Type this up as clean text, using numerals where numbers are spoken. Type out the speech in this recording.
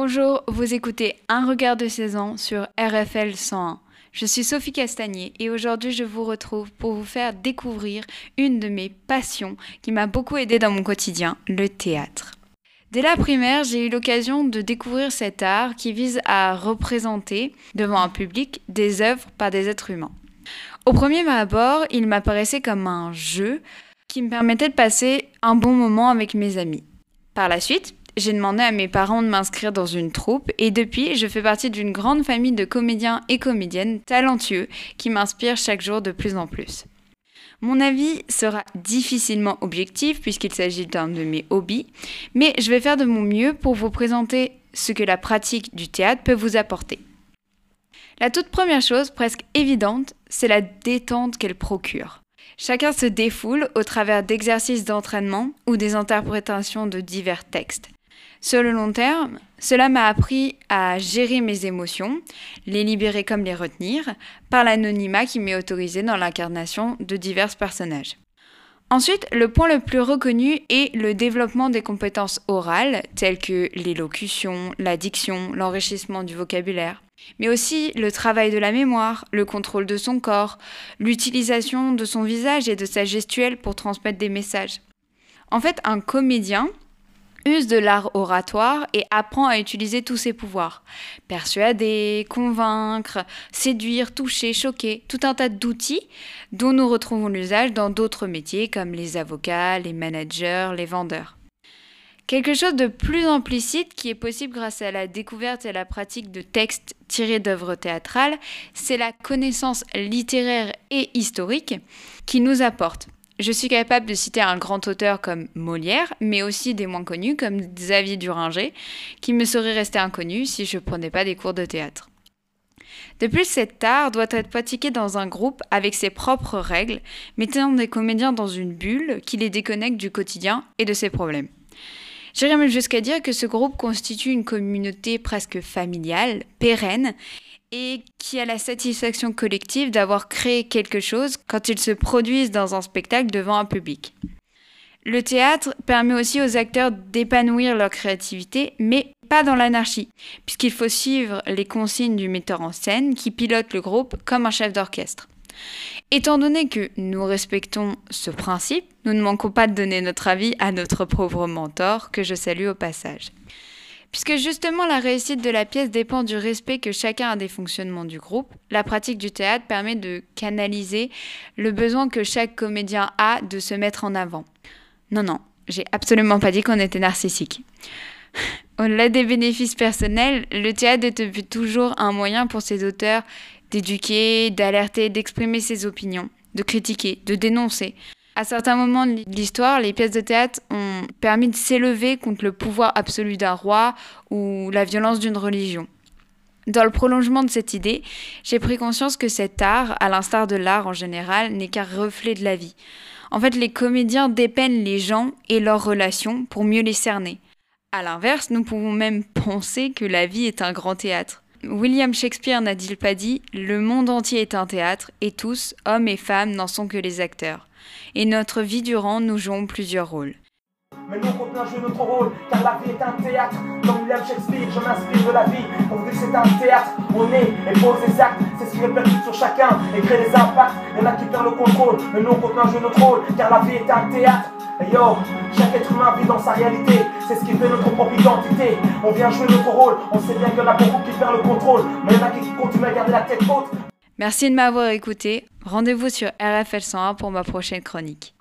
Bonjour, vous écoutez Un regard de 16 ans sur RFL 101. Je suis Sophie Castagnier et aujourd'hui je vous retrouve pour vous faire découvrir une de mes passions qui m'a beaucoup aidée dans mon quotidien, le théâtre. Dès la primaire, j'ai eu l'occasion de découvrir cet art qui vise à représenter devant un public des œuvres par des êtres humains. Au premier abord, il m'apparaissait comme un jeu qui me permettait de passer un bon moment avec mes amis. Par la suite, j'ai demandé à mes parents de m'inscrire dans une troupe et depuis, je fais partie d'une grande famille de comédiens et comédiennes talentueux qui m'inspirent chaque jour de plus en plus. Mon avis sera difficilement objectif puisqu'il s'agit d'un de mes hobbies, mais je vais faire de mon mieux pour vous présenter ce que la pratique du théâtre peut vous apporter. La toute première chose, presque évidente, c'est la détente qu'elle procure. Chacun se défoule au travers d'exercices d'entraînement ou des interprétations de divers textes. Sur le long terme, cela m'a appris à gérer mes émotions, les libérer comme les retenir, par l'anonymat qui m'est autorisé dans l'incarnation de divers personnages. Ensuite, le point le plus reconnu est le développement des compétences orales, telles que l'élocution, la diction, l'enrichissement du vocabulaire, mais aussi le travail de la mémoire, le contrôle de son corps, l'utilisation de son visage et de sa gestuelle pour transmettre des messages. En fait, un comédien use de l'art oratoire et apprend à utiliser tous ses pouvoirs. Persuader, convaincre, séduire, toucher, choquer, tout un tas d'outils dont nous retrouvons l'usage dans d'autres métiers comme les avocats, les managers, les vendeurs. Quelque chose de plus implicite qui est possible grâce à la découverte et à la pratique de textes tirés d'œuvres théâtrales, c'est la connaissance littéraire et historique qui nous apporte. Je suis capable de citer un grand auteur comme Molière, mais aussi des moins connus comme Xavier Duringer, qui me seraient restés inconnus si je ne prenais pas des cours de théâtre. De plus, cet art doit être pratiqué dans un groupe avec ses propres règles, mettant des comédiens dans une bulle qui les déconnecte du quotidien et de ses problèmes. J'irais même jusqu'à dire que ce groupe constitue une communauté presque familiale, pérenne, et qui a la satisfaction collective d'avoir créé quelque chose quand ils se produisent dans un spectacle devant un public. Le théâtre permet aussi aux acteurs d'épanouir leur créativité, mais pas dans l'anarchie, puisqu'il faut suivre les consignes du metteur en scène qui pilote le groupe comme un chef d'orchestre. Étant donné que nous respectons ce principe, nous ne manquons pas de donner notre avis à notre pauvre mentor, que je salue au passage. Puisque justement la réussite de la pièce dépend du respect que chacun a des fonctionnements du groupe, la pratique du théâtre permet de canaliser le besoin que chaque comédien a de se mettre en avant. Non, j'ai absolument pas dit qu'on était narcissique. Au-delà des bénéfices personnels, le théâtre est depuis toujours un moyen pour ses auteurs d'éduquer, d'alerter, d'exprimer ses opinions, de critiquer, de dénoncer. À certains moments de l'histoire, les pièces de théâtre ont permis de s'élever contre le pouvoir absolu d'un roi ou la violence d'une religion. Dans le prolongement de cette idée, j'ai pris conscience que cet art, à l'instar de l'art en général, n'est qu'un reflet de la vie. En fait, les comédiens dépeignent les gens et leurs relations pour mieux les cerner. À l'inverse, nous pouvons même penser que la vie est un grand théâtre. William Shakespeare n'a-t-il pas dit « Le monde entier est un théâtre et tous, hommes et femmes, n'en sont que les acteurs. Et notre vie durant, nous jouons plusieurs rôles. » Mais nous compte bien jouer notre rôle, car la vie est un théâtre. Comme William Shakespeare, je m'inspire de la vie. Pour dire que c'est un théâtre, on est et pose des actes. C'est ce qui répercute sur chacun et crée des impacts. Il y en a qui perdent le contrôle, mais nous compte bien jouer notre rôle, car la vie est un théâtre. Et yo, chaque être humain vit dans sa réalité. C'est ce qui fait notre propre identité. On vient jouer notre rôle, on sait bien qu'il y en a beaucoup qui perdent le contrôle, mais il y en a qui continuent à garder la tête haute. Merci de m'avoir écouté. Rendez-vous sur RFL 101 pour ma prochaine chronique.